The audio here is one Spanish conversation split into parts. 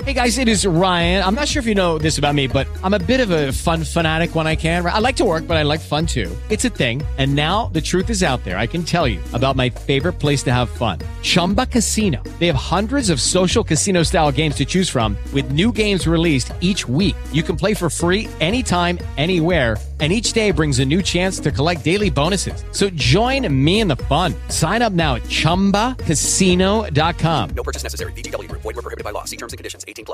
Hey guys, it is Ryan. I'm not sure if you know this about me, but I'm a bit of a fun fanatic when I can. I like to work, but I like fun too. It's a thing. And now the truth is out there. I can tell you about my favorite place to have fun. Chumba Casino. They have hundreds of social casino style games to choose from with new games released each week. You can play for free anytime, anywhere. And each day brings a new chance to collect daily bonuses. So join me in the fun. Sign up now at ChumbaCasino.com. No purchase necessary. VGW Group. Void where prohibited by law. See terms and conditions. 18+.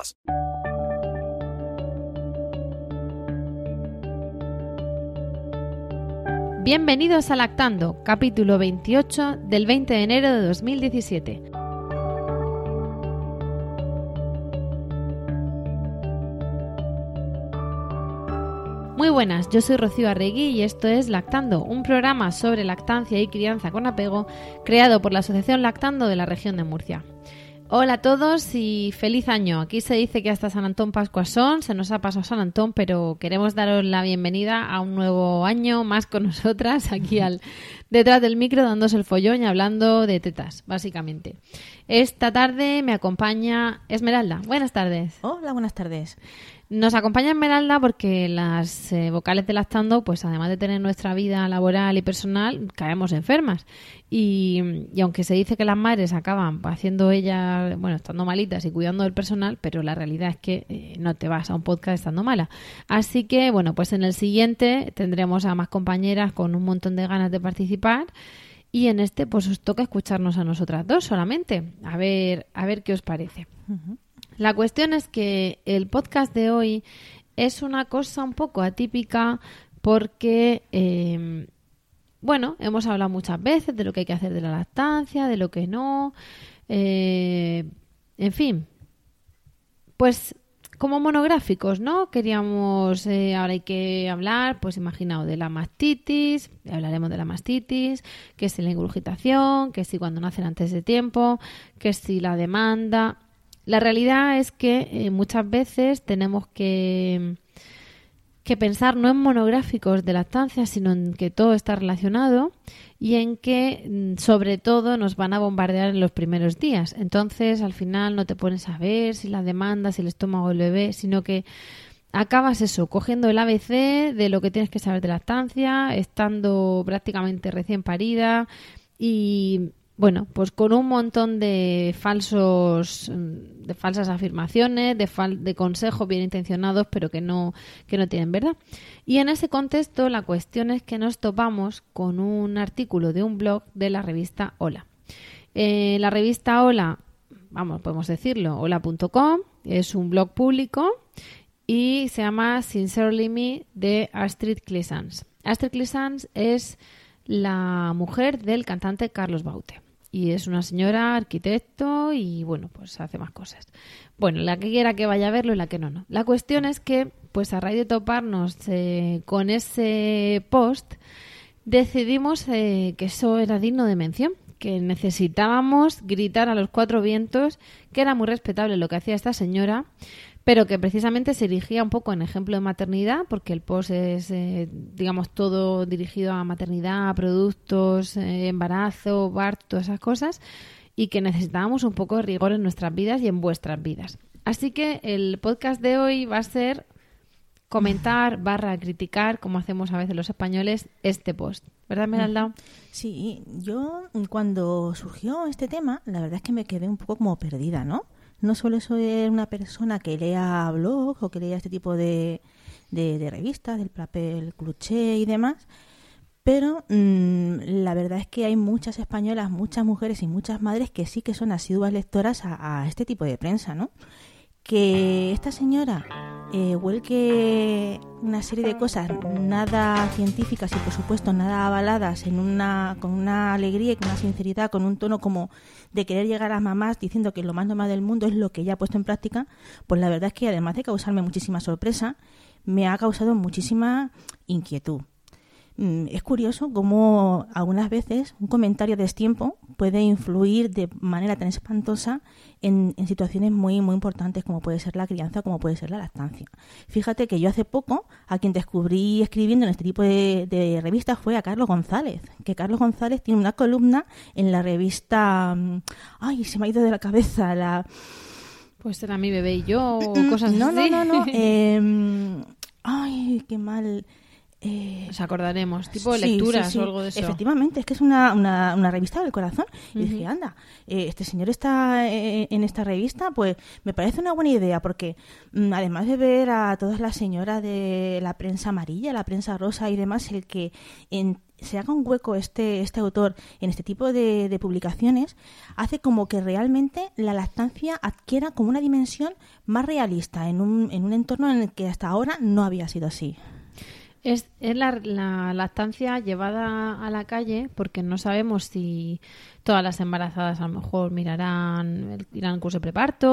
Bienvenidos a Lactando, capítulo 28 del 20 de enero de 2017. Muy buenas, yo soy Rocío Arregui y esto es Lactando, un programa sobre lactancia y crianza con apego creado por la Asociación Lactando de la región de Murcia. Hola a todos y feliz año. Aquí se dice que hasta San Antón Pascuas son, se nos ha pasado San Antón, pero queremos daros la bienvenida a un nuevo año más con nosotras aquí detrás del micro dándose el follón y hablando de tetas, básicamente. Esta tarde me acompaña Esmeralda. Buenas tardes. Hola, buenas tardes. Nos acompaña Esmeralda porque las vocales de Lactando, pues además de tener nuestra vida laboral y personal, caemos enfermas. Y aunque se dice que las madres acaban haciendo ellas, bueno, estando malitas y cuidando del personal, pero la realidad es que no te vas a un podcast estando mala. Así que, bueno, pues en el siguiente tendremos a más compañeras con un montón de ganas de participar. Y en este, pues os toca escucharnos a nosotras dos solamente. A ver qué os parece. Uh-huh. La cuestión es que el podcast de hoy es una cosa un poco atípica porque, hemos hablado muchas veces de lo que hay que hacer de la lactancia, de lo que no, en fin, pues como monográficos, ¿no? Queríamos, ahora hay que hablar, pues imaginaos, de la mastitis, hablaremos de la mastitis, que si la ingurgitación, que si cuando nacen antes de tiempo, que si la demanda. La realidad es que muchas veces tenemos que pensar no en monográficos de lactancia, sino en que todo está relacionado y en que, sobre todo, nos van a bombardear en los primeros días. Entonces, al final no te pones a ver si la demanda, si el estómago del bebé, sino que acabas eso, cogiendo el ABC de lo que tienes que saber de lactancia, estando prácticamente recién parida y... bueno, pues con un montón de falsas afirmaciones, de consejos bien intencionados, pero que no tienen verdad. Y en ese contexto, la cuestión es que nos topamos con un artículo de un blog de la revista Hola. La revista Hola, podemos decirlo, hola.com, es un blog público y se llama Sincerely Me de Astrid Cleasans. Astrid Cleasans es la mujer del cantante Carlos Baute. Y es una señora arquitecto y, bueno, pues hace más cosas. Bueno, la que quiera que vaya a verlo y la que no. La cuestión es que, pues a raíz de toparnos con ese post, decidimos que eso era digno de mención, que necesitábamos gritar a los cuatro vientos que era muy respetable lo que hacía esta señora, pero que precisamente se dirigía un poco en ejemplo de maternidad, porque el post es, todo dirigido a maternidad, a productos, embarazo, parto, todas esas cosas, y que necesitábamos un poco de rigor en nuestras vidas y en vuestras vidas. Así que el podcast de hoy va a ser comentar / criticar, como hacemos a veces los españoles, este post. ¿Verdad, Esmeralda? Sí, yo cuando surgió este tema, la verdad es que me quedé un poco como perdida, ¿no? No suelo ser una persona que lea blogs o que lea este tipo de revistas, del papel Cluché y demás, pero la verdad es que hay muchas españolas, muchas mujeres y muchas madres que sí que son asiduas lectoras a este tipo de prensa, ¿no? Que esta señora vuelque una serie de cosas nada científicas y por supuesto nada avaladas con una alegría y con una sinceridad, con un tono como de querer llegar a las mamás diciendo que lo más normal del mundo es lo que ella ha puesto en práctica, pues la verdad es que además de causarme muchísima sorpresa, me ha causado muchísima inquietud. Es curioso cómo algunas veces un comentario a destiempo puede influir de manera tan espantosa en situaciones muy, muy importantes como puede ser la crianza, como puede ser la lactancia. Fíjate que yo hace poco a quien descubrí escribiendo en este tipo de revistas fue a Carlos González, que Carlos González tiene una columna en la revista, ay, se me ha ido de la cabeza, Pues será mi bebé y yo o cosas no, así. No. Ay, qué mal. Nos acordaremos, tipo Sí, lecturas sí. o algo de eso. Efectivamente, es que es una revista del corazón. Y dije, anda, este señor está en esta revista, pues me parece una buena idea, porque además de ver a todas las señoras de la prensa amarilla, la prensa rosa y demás, el que se haga un hueco este autor en este tipo de publicaciones, hace como que realmente la lactancia adquiera como una dimensión más realista en un entorno en el que hasta ahora no había sido así. Es la lactancia llevada a la calle, porque no sabemos si todas las embarazadas a lo mejor irán al curso de preparto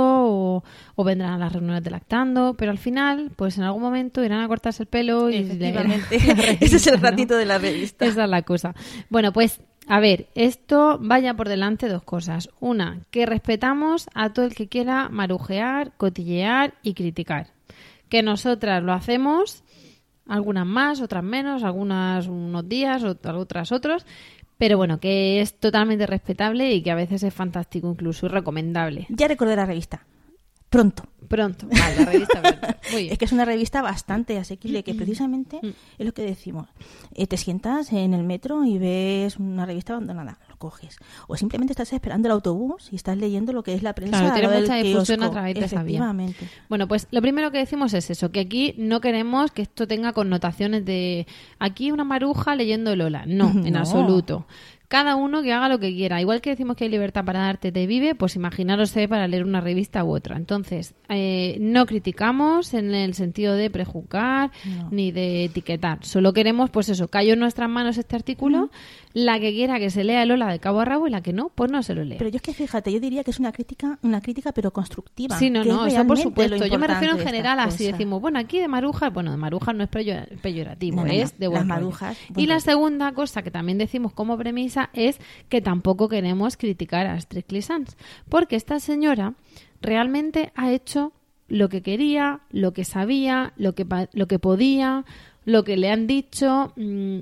o vendrán a las reuniones de lactando, pero al final, pues en algún momento irán a cortarse el pelo y efectivamente. Ese es el ratito, ¿no?, de la revista. Esa es la cosa. Bueno, pues a ver, esto vaya por delante dos cosas. Una, que respetamos a todo el que quiera marujear, cotillear y criticar. Que nosotras lo hacemos, algunas más, otras menos, algunas unos días, otras otros, pero bueno, que es totalmente respetable y que a veces es fantástico incluso y recomendable. Ya recordé la revista. Pronto. Vale, la revista pronto. Muy bien. Es que es una revista bastante asequible, que precisamente es lo que decimos. Te sientas en el metro y ves una revista abandonada, lo coges. O simplemente estás esperando el autobús y estás leyendo lo que es la prensa. Claro, tiene del mucha difusión kiosco. a través de esa vía. Efectivamente. Bueno, pues lo primero que decimos es eso, que aquí no queremos que esto tenga connotaciones de aquí una maruja leyendo Lola. No, en No. absoluto. Cada uno que haga lo que quiera. Igual que decimos que hay libertad para darte te vive, pues imaginaros para leer una revista u otra. Entonces, no criticamos en el sentido de prejuzgar ni de etiquetar. Solo queremos, pues eso, cayó en nuestras manos este artículo. La que quiera que se lea Lola de cabo a rabo y la que no, pues no se lo lea. Pero yo es que fíjate, yo diría que es una crítica pero constructiva. Sí, no, que eso es por realmente supuesto. lo Yo me refiero en importante de general estas así, cosas. decimos, bueno, aquí de marujas, bueno, de marujas no es peyorativo, No, es de buen las rollo. marujas, Y buen la rollo. segunda cosa que también decimos como premisa es que tampoco queremos criticar a Strictly Sans, porque esta señora realmente ha hecho lo que quería, lo que sabía, lo que podía, lo que le han dicho.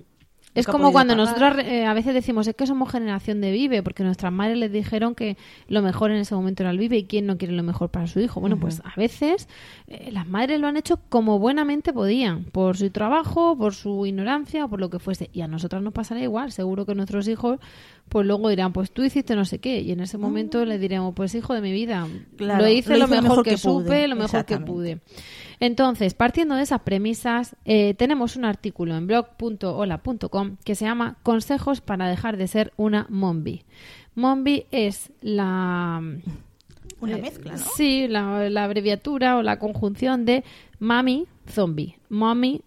Es que ha como podido cuando pagar. nosotros a veces decimos, es que somos generación de Vive, porque nuestras madres les dijeron que lo mejor en ese momento era el Vive y quién no quiere lo mejor para su hijo. Bueno, pues a veces las madres lo han hecho como buenamente podían, por su trabajo, por su ignorancia o por lo que fuese. Y a nosotras nos pasará igual. Seguro que nuestros hijos pues luego dirán, pues tú hiciste no sé qué. Y en ese momento les diremos, pues hijo de mi vida, Claro, lo hice lo mejor que pude. supe, lo mejor que Exactamente. pude. Entonces, partiendo de esas premisas, tenemos un artículo en blog.hola.com que se llama Consejos para dejar de ser una mombi. Mombi es la... Una mezcla, ¿no? Sí, la abreviatura o la conjunción de mami zombie. Mommy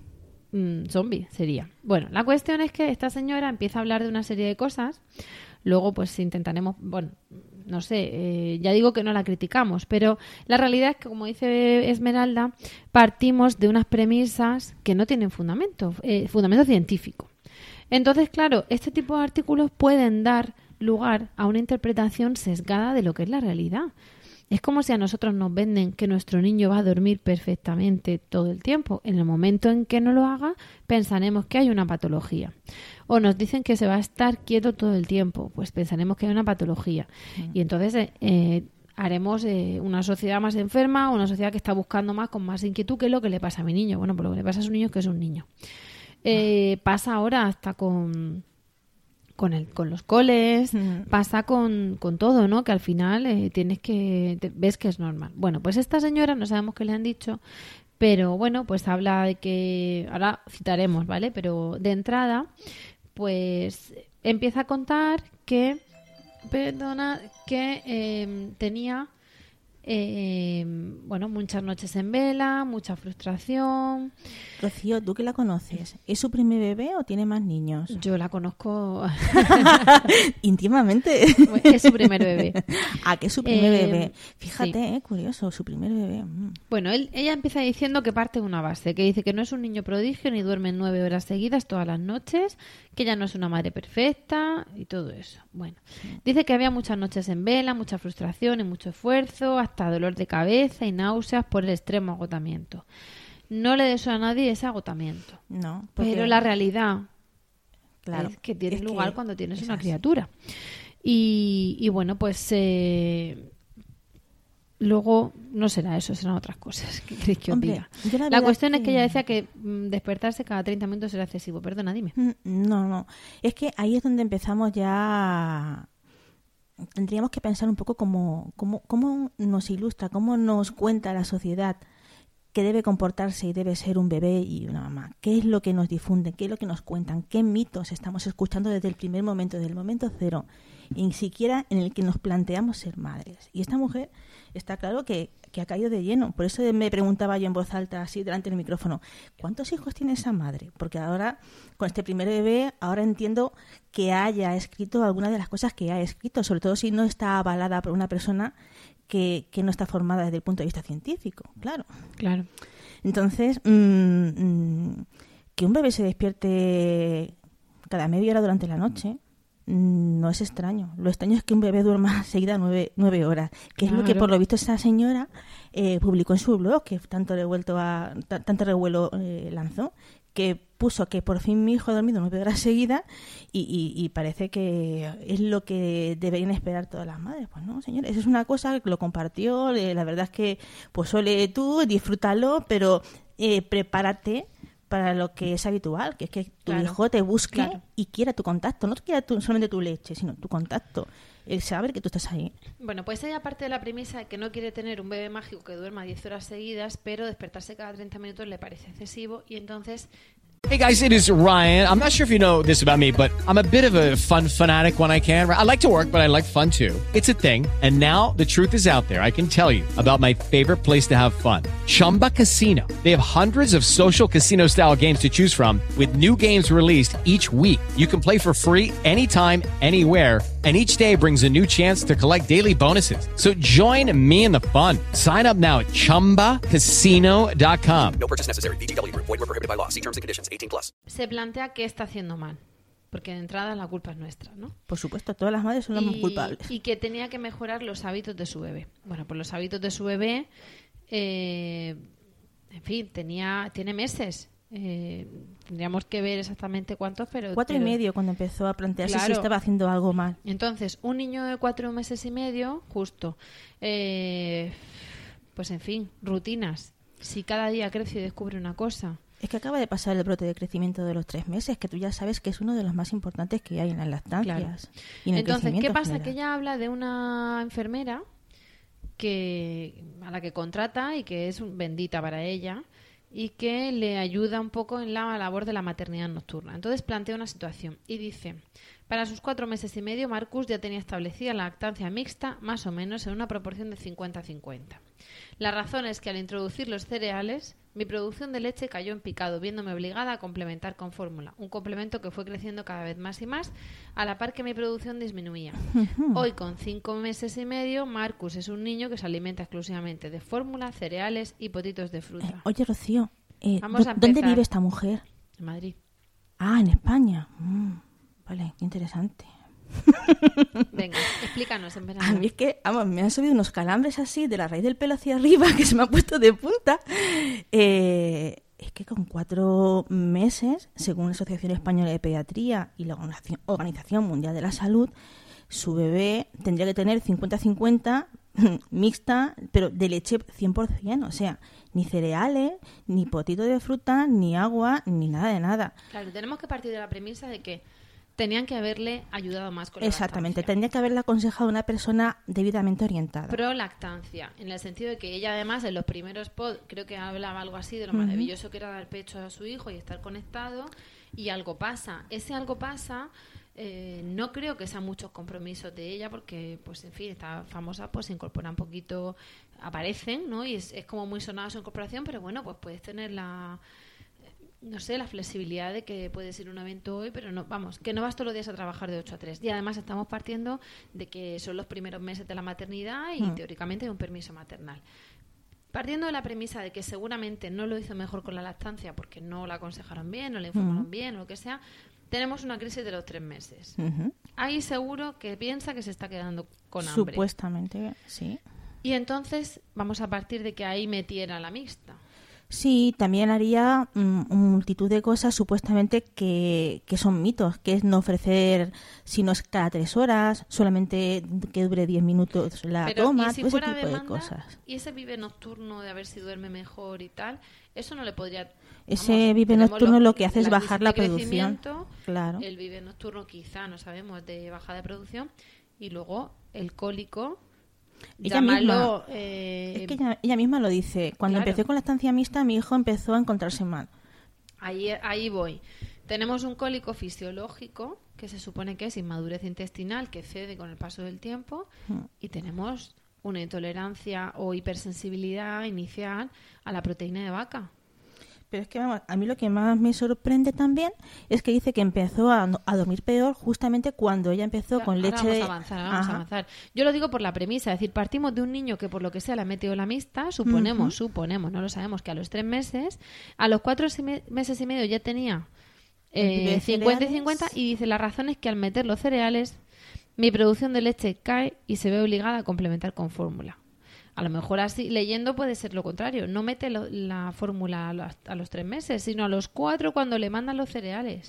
zombie sería. Bueno, la cuestión es que esta señora empieza a hablar de una serie de cosas. Luego, pues intentaremos, bueno, no sé, ya digo que no la criticamos, pero la realidad es que, como dice Esmeralda, partimos de unas premisas que no tienen fundamento científico. Entonces, claro, este tipo de artículos pueden dar lugar a una interpretación sesgada de lo que es la realidad. Es como si a nosotros nos venden que nuestro niño va a dormir perfectamente todo el tiempo. En el momento en que no lo haga, pensaremos que hay una patología. O nos dicen que se va a estar quieto todo el tiempo, pues pensaremos que hay una patología. Y entonces haremos una sociedad más enferma, una sociedad que está buscando más, con más inquietud, ¿qué es lo que le pasa a mi niño? Bueno, pues lo que le pasa a su niño es que es un niño. Pasa ahora hasta con los coles, pasa con todo, ¿no? Que al final ves que es normal. Bueno, pues esta señora, no sabemos qué le han dicho, pero bueno, pues habla de que, ahora citaremos, ¿vale? Pero de entrada, pues empieza a contar que, tenía, bueno, muchas noches en vela, mucha frustración. Rocío, ¿tú que la conoces? ¿Es su primer bebé o tiene más niños? Yo la conozco, Íntimamente. es su primer bebé. Ah, que es su primer bebé. Sí. Fíjate, curioso, su primer bebé. Bueno, ella empieza diciendo que parte de una base, que dice que no es un niño prodigio ni duerme 9 horas seguidas todas las noches, que ella no es una madre perfecta y todo eso. Bueno, dice que había muchas noches en vela, mucha frustración y mucho esfuerzo, hasta dolor de cabeza y náuseas por el extremo agotamiento. No le deseo a nadie ese agotamiento, No, porque, pero la realidad claro, es que tiene es lugar que cuando tienes es una así. criatura. Y bueno, pues luego no será eso, serán otras cosas. ¿Qué queréis que os Hombre, diga? yo La verdad cuestión es que ella decía que despertarse cada 30 minutos era excesivo. Perdona, dime. No. Es que ahí es donde empezamos ya. Tendríamos que pensar un poco cómo nos ilustra, cómo nos cuenta la sociedad que debe comportarse y debe ser un bebé y una mamá. ¿Qué es lo que nos difunden? ¿Qué es lo que nos cuentan? ¿Qué mitos estamos escuchando desde el primer momento, desde el momento cero? Ni siquiera en el que nos planteamos ser madres. Y esta mujer está claro que ha caído de lleno. Por eso me preguntaba yo en voz alta, así delante del micrófono, ¿cuántos hijos tiene esa madre? Porque ahora, con este primer bebé, ahora entiendo que haya escrito algunas de las cosas que ha escrito, sobre todo si no está avalada por una persona que no está formada desde el punto de vista científico, claro. Entonces, que un bebé se despierte cada media hora durante la noche no es extraño. Lo extraño es que un bebé duerma seguida 9 horas, que es lo que por lo visto esa señora publicó en su blog, que tanto revuelo lanzó, que puso que por fin mi hijo ha dormido 9 horas seguidas y parece que es lo que deberían esperar todas las madres. Pues no, señores, eso es una cosa que lo compartió, la verdad es que pues ole tú, disfrútalo, pero prepárate para lo que es habitual, que es que tu hijo te busque y quiera tu contacto, no quiera solamente tu leche, sino tu contacto, el saber que tú estás ahí. Bueno, pues ella parte de la premisa de que no quiere tener un bebé mágico que duerma 10 horas seguidas, pero despertarse cada 30 minutos le parece excesivo y entonces... Hey guys, it is Ryan. I'm not sure if you know this about me, but I'm a bit of a fun fanatic when I can. I like to work, but I like fun too. It's a thing. And now the truth is out there. I can tell you about my favorite place to have fun. Chumba Casino. They have hundreds of social casino style games to choose from with new games released each week. You can play for free anytime, anywhere. And each day brings a new chance to collect daily bonuses. So join me in the fun. Sign up now at ChumbaCasino.com. No purchase necessary. VGW Group. Void where prohibited by law. See terms and conditions. 18+. Se plantea qué está haciendo mal, porque de entrada la culpa es nuestra, ¿no? Por supuesto, todas las madres son las más culpables. Y que tenía que mejorar los hábitos de su bebé. Bueno, pues los hábitos de su bebé, en fin, tiene meses. Tendríamos que ver exactamente cuántos, pero... 4 y medio cuando empezó a plantearse si estaba haciendo algo mal. Entonces, un niño de 4 meses y medio, justo, pues en fin, rutinas. Si cada día crece y descubre una cosa... Es que acaba de pasar el brote de crecimiento de los 3 meses, que tú ya sabes que es uno de los más importantes que hay en las lactancias. Claro. Y en el Entonces, ¿qué pasa? general. Que ella habla de una enfermera a la que contrata y que es bendita para ella y que le ayuda un poco en la labor de la maternidad nocturna. Entonces plantea una situación y dice: para sus 4 meses y medio, Marcus ya tenía establecida la lactancia mixta más o menos en una proporción de 50-50. La razón es que al introducir los cereales, mi producción de leche cayó en picado, viéndome obligada a complementar con fórmula, un complemento que fue creciendo cada vez más y más, a la par que mi producción disminuía. Hoy, con 5 meses y medio, Marcus es un niño que se alimenta exclusivamente de fórmula, cereales y potitos de fruta. Oye, Rocío, Vamos a ¿dónde empezar. vive esta mujer? En Madrid. Ah, en España. Vale, qué interesante. Venga, explícanos en verano. A mí es que, vamos, me han subido unos calambres así de la raíz del pelo hacia arriba que se me ha puesto de punta. Es que con 4 meses, según la Asociación Española de Pediatría y la Organización Mundial de la Salud, su bebé tendría que tener 50-50 mixta, pero de leche 100%. O sea, ni cereales, ni potito de fruta, ni agua, ni nada de nada. Claro, tenemos que partir de la premisa de que tenían que haberle ayudado más con la Exactamente, lactancia. tendría que haberle aconsejado a una persona debidamente orientada. Pro lactancia, en el sentido de que ella además en los primeros creo que hablaba algo así de lo maravilloso que era dar pecho a su hijo y estar conectado, y algo pasa. Ese algo pasa, no creo que sean muchos compromisos de ella porque, pues en fin, está famosa, pues se incorpora un poquito, aparecen, ¿no? Y es como muy sonada su incorporación, pero bueno, pues puedes tener la flexibilidad de que puedes ir a un evento hoy, pero no, vamos, que no vas todos los días a trabajar de 8 a 3. Y además estamos partiendo de que son los primeros meses de la maternidad y teóricamente hay un permiso maternal. Partiendo de la premisa de que seguramente no lo hizo mejor con la lactancia porque no la aconsejaron bien, no le informaron bien o lo que sea, tenemos una crisis de los 3 meses. Ahí seguro que piensa que se está quedando con hambre. Supuestamente, sí. Y entonces vamos a partir de que ahí metiera la mixta. Sí, también haría multitud de cosas supuestamente que son mitos, que es no ofrecer, si no es cada 3 horas, solamente que dure 10 minutos la Pero, toma, ¿y si todo ese fuera tipo de demanda? cosas. Y ese vive nocturno de a ver si duerme mejor y tal, eso no le podría... Ese vive tenemos nocturno lo que hace es la bajar crisis la de producción. crecimiento, Claro. el vive nocturno quizá, no sabemos, de bajada de producción, y luego el cólico, Ella llamarlo... misma, es que ella misma lo dice. Cuando Claro. empecé con la estancia mixta, mi hijo empezó a encontrarse mal. Ahí voy. Tenemos un cólico fisiológico, que se supone que es inmadurez intestinal, que cede con el paso del tiempo, y tenemos una intolerancia o hipersensibilidad inicial a la proteína de vaca. Pero es que, vamos, a mí lo que más me sorprende también es que dice que empezó a dormir peor justamente cuando ella empezó con Ahora leche vamos de... a avanzar, ahora vamos a Ajá. avanzar. Yo lo digo por la premisa, es decir, partimos de un niño que por lo que sea le ha metido la mixta, suponemos, no lo sabemos, que a los 3 meses, a los 4 meses y medio ya tenía ¿De 50 y cereales? 50, y dice, la razón es que al meter los cereales, mi producción de leche cae y se ve obligada a complementar con fórmula. A lo mejor así, leyendo puede ser lo contrario. No mete la fórmula a los 3 meses, sino a los 4 cuando le mandan los cereales.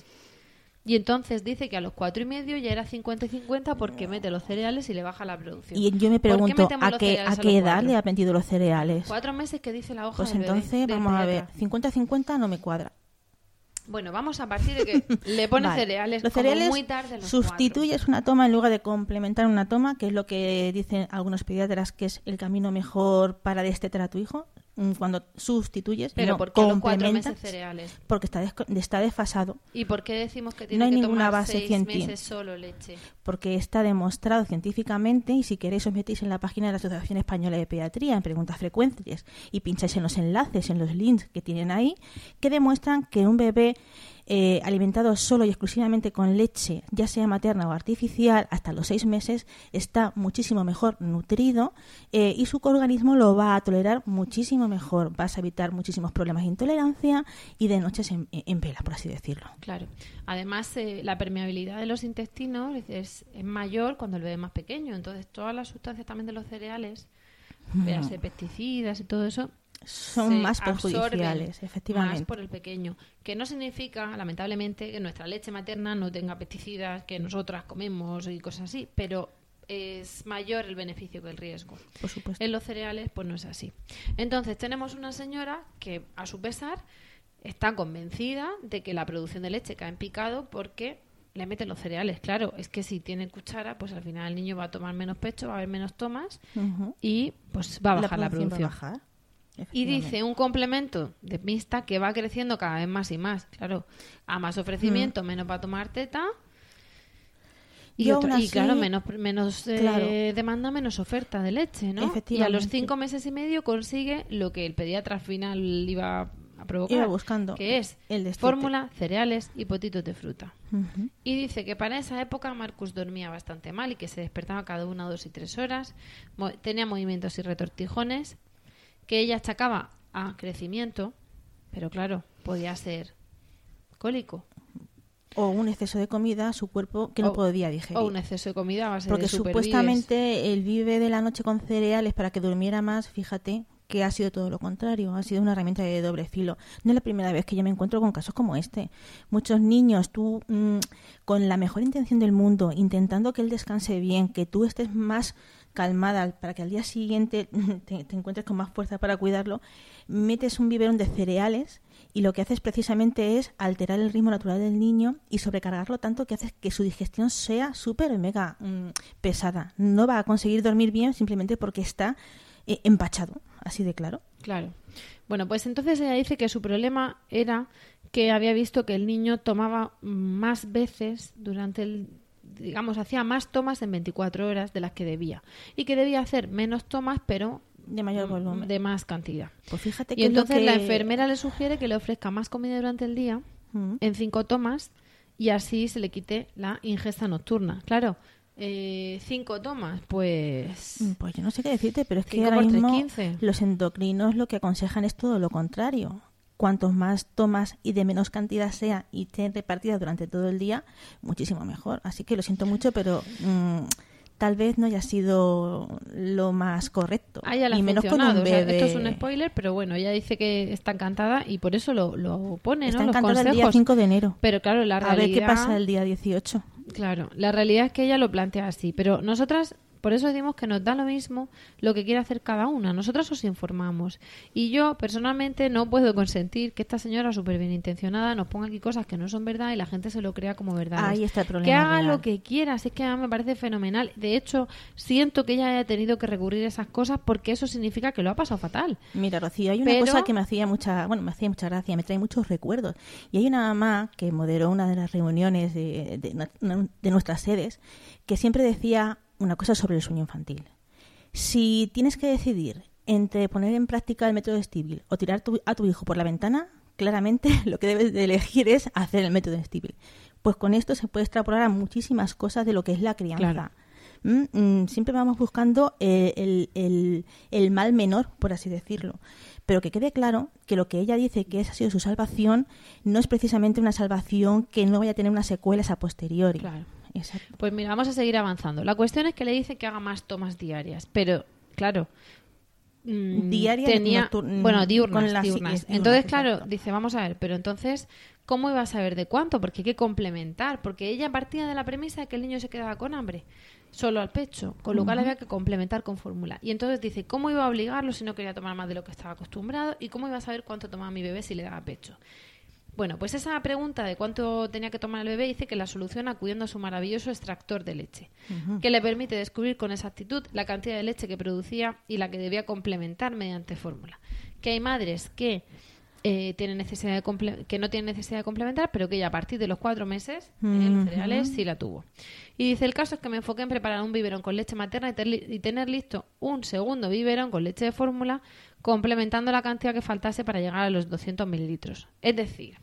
Y entonces dice que a los 4 y medio ya era 50 y 50 porque mete los cereales y le baja la producción. Y yo me ¿Por qué pregunto, metemos ¿a los qué cereales a edad los le 4? ha metido los cereales? 4 meses que dice la hoja Pues del bebé, entonces, del vamos a ver, pediatra. 50-50 no me cuadra. Bueno, vamos a partir de que le pone Vale. cereales, Los como cereales muy tarde a los 4. sustituyes una toma en lugar de complementar una toma, que es lo que dicen algunos pediatras que es el camino mejor para destetar a tu hijo, cuando sustituyes y Pero no ¿por qué a los 4 complementas, meses cereales? porque está desfasado, ¿Y por qué decimos que No tiene hay que ninguna tomar base 6 científica. meses solo leche? porque está demostrado científicamente, y si queréis os metéis en la página de la Asociación Española de Pediatría en preguntas frecuentes y pincháis en los enlaces, en los links que tienen ahí, que demuestran que un bebé alimentado solo y exclusivamente con leche, ya sea materna o artificial, hasta los 6 meses, está muchísimo mejor nutrido y su organismo lo va a tolerar muchísimo mejor. Vas a evitar muchísimos problemas de intolerancia y de noches en vela, por así decirlo. Claro. Además, la permeabilidad de los intestinos es mayor cuando el bebé es más pequeño. Entonces, todas las sustancias también de los cereales, véase pesticidas y todo eso, Son se más absorben perjudiciales, efectivamente. más por el pequeño. Que no significa, lamentablemente, que nuestra leche materna no tenga pesticidas que nosotras comemos y cosas así, pero es mayor el beneficio que el riesgo. Por supuesto. En los cereales, pues no es así. Entonces, tenemos una señora que, a su pesar, está convencida de que la producción de leche cae en picado porque le meten los cereales. Claro, es que si tiene cuchara, pues al final el niño va a tomar menos pecho, va a haber menos tomas Ujú. y pues va a bajar la producción. va a bajar. Y Efectivamente. dice un complemento de mixta que va creciendo cada vez más y más. Claro, a más ofrecimiento, menos va a tomar teta. Y, Yo aún así- claro, menos Claro. demanda, menos oferta de leche, ¿no? Y a los Efectivamente. 5 meses y medio consigue lo que el pediatra al final iba a provocar. Iba buscando que es el destete. fórmula, cereales y potitos de fruta. Ujú. Y dice que para esa época Marcus dormía bastante mal y que se despertaba cada 1, 2 y 3 horas. Tenía movimientos y retortijones, que ella achacaba a crecimiento, pero claro, podía ser cólico. O un exceso de comida, su cuerpo que no podía digerir. O un exceso de comida a base Porque de supervives. supuestamente el vive de la noche con cereales para que durmiera más, fíjate que ha sido todo lo contrario, ha sido una herramienta de doble filo. No es la primera vez que yo me encuentro con casos como este. Muchos niños, tú con la mejor intención del mundo, intentando que él descanse bien, que tú estés más calmada para que al día siguiente te encuentres con más fuerza para cuidarlo, metes un biberón de cereales y lo que haces precisamente es alterar el ritmo natural del niño y sobrecargarlo tanto que haces que su digestión sea súper mega pesada. No va a conseguir dormir bien simplemente porque está empachado, así de claro. Claro. Bueno, pues entonces ella dice que su problema era que había visto que el niño tomaba más veces durante el... digamos, hacía más tomas en 24 horas de las que debía. Y que debía hacer menos tomas, pero De mayor volumen. de más cantidad. Pues fíjate Y que es lo entonces que- la enfermera le sugiere que le ofrezca más comida durante el día, en 5 tomas, y así se le quite la ingesta nocturna. Claro, 5 tomas, pues... Pues yo no sé qué decirte, pero es que 5 ahora por 3, mismo 15. los endocrinos lo que aconsejan es todo lo contrario. Cuantos más tomas y de menos cantidad sea y estén repartidas durante todo el día, muchísimo mejor. Así que lo siento mucho, pero tal vez no haya sido lo más correcto. A ella le ha y menos con funcionado. un O sea, bebé. esto es un spoiler, pero bueno, ella dice que está encantada y por eso lo pone, Está ¿no? Los encantada el consejos. día 5 de enero. Pero claro, la A realidad... ver qué pasa el día 18. Claro, la realidad es que ella lo plantea así, pero nosotras, por eso decimos que nos da lo mismo lo que quiere hacer cada una. Nosotras os informamos. Y yo, personalmente, no puedo consentir que esta señora súper bien intencionada nos ponga aquí cosas que no son verdad y la gente se lo crea como verdad. Ahí está el problema Que haga real. lo que quiera, así que a mí me parece fenomenal. De hecho, siento que ella haya tenido que recurrir a esas cosas porque eso significa que lo ha pasado fatal. Mira, Rocío, hay una Pero- cosa que me hacía mucha gracia, me trae muchos recuerdos. Y hay una mamá que moderó una de las reuniones de nuestras sedes que siempre decía una cosa sobre el sueño infantil. Si tienes que decidir entre poner en práctica el método Stibble o tirar a tu hijo por la ventana, claramente lo que debes de elegir es hacer el método Stibble. Pues con esto se puede extrapolar a muchísimas cosas de lo que es la crianza. Claro. Siempre vamos buscando el mal menor, por así decirlo. Pero que quede claro que lo que ella dice que ha sido su salvación no es precisamente una salvación que no vaya a tener unas secuelas a posteriori. Claro. Exacto. Pues mira, vamos a seguir avanzando. La cuestión es que le dice que haga más tomas diarias, pero claro, Diarias, tenía, nocturnas, diurnas, con las- diurnas. diurnas, Entonces, claro, exacto. dice, vamos a ver, pero entonces, ¿cómo iba a saber de cuánto? Porque hay que complementar, porque ella partía de la premisa de que el niño se quedaba con hambre, solo al pecho, con lo cual había que complementar con fórmula. Y entonces dice, ¿cómo iba a obligarlo si no quería tomar más de lo que estaba acostumbrado? ¿Y cómo iba a saber cuánto tomaba mi bebé si le daba pecho? Bueno, pues esa pregunta de cuánto tenía que tomar el bebé dice que la soluciona acudiendo a su maravilloso extractor de leche, que le permite descubrir con exactitud la cantidad de leche que producía y la que debía complementar mediante fórmula. Que hay madres que tienen necesidad que no tienen necesidad de complementar, pero que ya a partir de los 4 meses los cereales sí la tuvo. Y dice, el caso es que me enfoqué en preparar un biberón con leche materna y tener listo un segundo biberón con leche de fórmula, complementando la cantidad que faltase para llegar a los 200 mililitros. Es decir,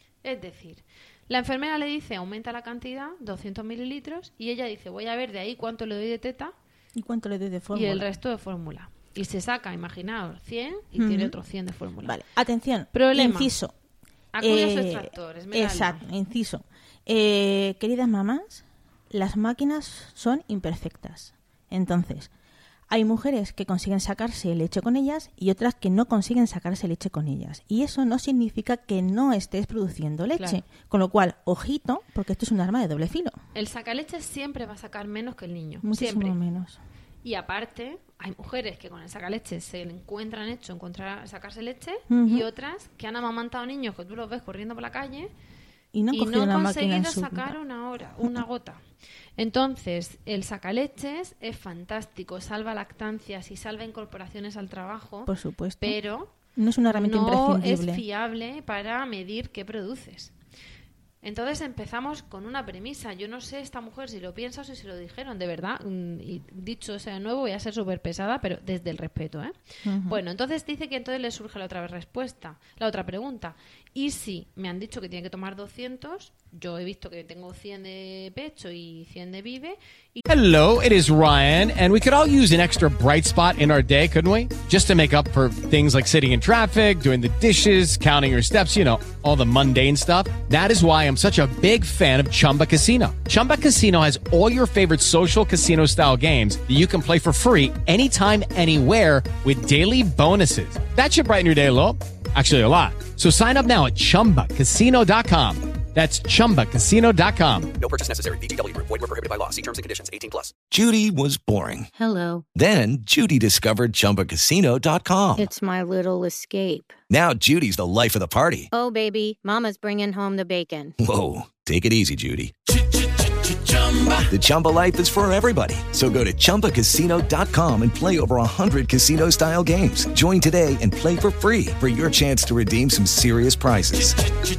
la enfermera le dice aumenta la cantidad, 200 mililitros, y ella dice voy a ver de ahí cuánto le doy de teta ¿Y cuánto le doy de y fórmula? el resto de fórmula. Y se saca, imaginaos, 100 y tiene otros 100 de fórmula. Vale, atención, Problema. inciso. Acude a sus extractores. Míralo. Exacto, inciso. Queridas mamás, las máquinas son imperfectas. Entonces, hay mujeres que consiguen sacarse leche con ellas y otras que no consiguen sacarse leche con ellas. Y eso no significa que no estés produciendo leche. Claro. Con lo cual, ojito, porque esto es un arma de doble filo. El sacaleche siempre va a sacar menos que el niño. Muchísimo Siempre. menos. Y aparte, hay mujeres que con el sacaleche se le encuentran hecho sacarse leche y otras que han amamantado niños que tú los ves corriendo por la calle Y no han y cogido no una han máquina en conseguido su sacar vida. una gota. Entonces, el sacaleches es fantástico, salva lactancias y salva incorporaciones al trabajo, Por supuesto. pero No es una herramienta no imprescindible. es fiable para medir qué produces. Entonces empezamos con una premisa. Yo no sé esta mujer si lo piensa o si se lo dijeron, de verdad. Y dicho sea de nuevo, voy a ser súper pesada, pero desde el respeto, ¿eh? Bueno, entonces dice que entonces le surge la otra respuesta, la otra pregunta. Y si me han dicho que tiene que tomar 200, yo he visto que tengo 100 de pecho y 100 de vive. Hello, it is Ryan, and we could all use an extra bright spot in our day, couldn't we? Just to make up for things like sitting in traffic, doing the dishes, counting your steps, you know, all the mundane stuff. That is why I'm such a big fan of Chumba Casino. Chumba Casino has all your favorite social casino-style games that you can play for free anytime, anywhere with daily bonuses. That should brighten your day a little. Actually, a lot. So sign up now at ChumbaCasino.com. That's ChumbaCasino.com. No purchase necessary. VGW Group. Void where prohibited by law. See terms and conditions. 18+. Judy was boring. Hello. Then Judy discovered ChumbaCasino.com. It's my little escape. Now Judy's the life of the party. Oh, baby, mama's bringing home the bacon. Whoa, take it easy, Judy. The Chumba life is for everybody. So go to ChumbaCasino.com and play over 100 casino-style games. Join today and play for free for your chance to redeem some serious prizes.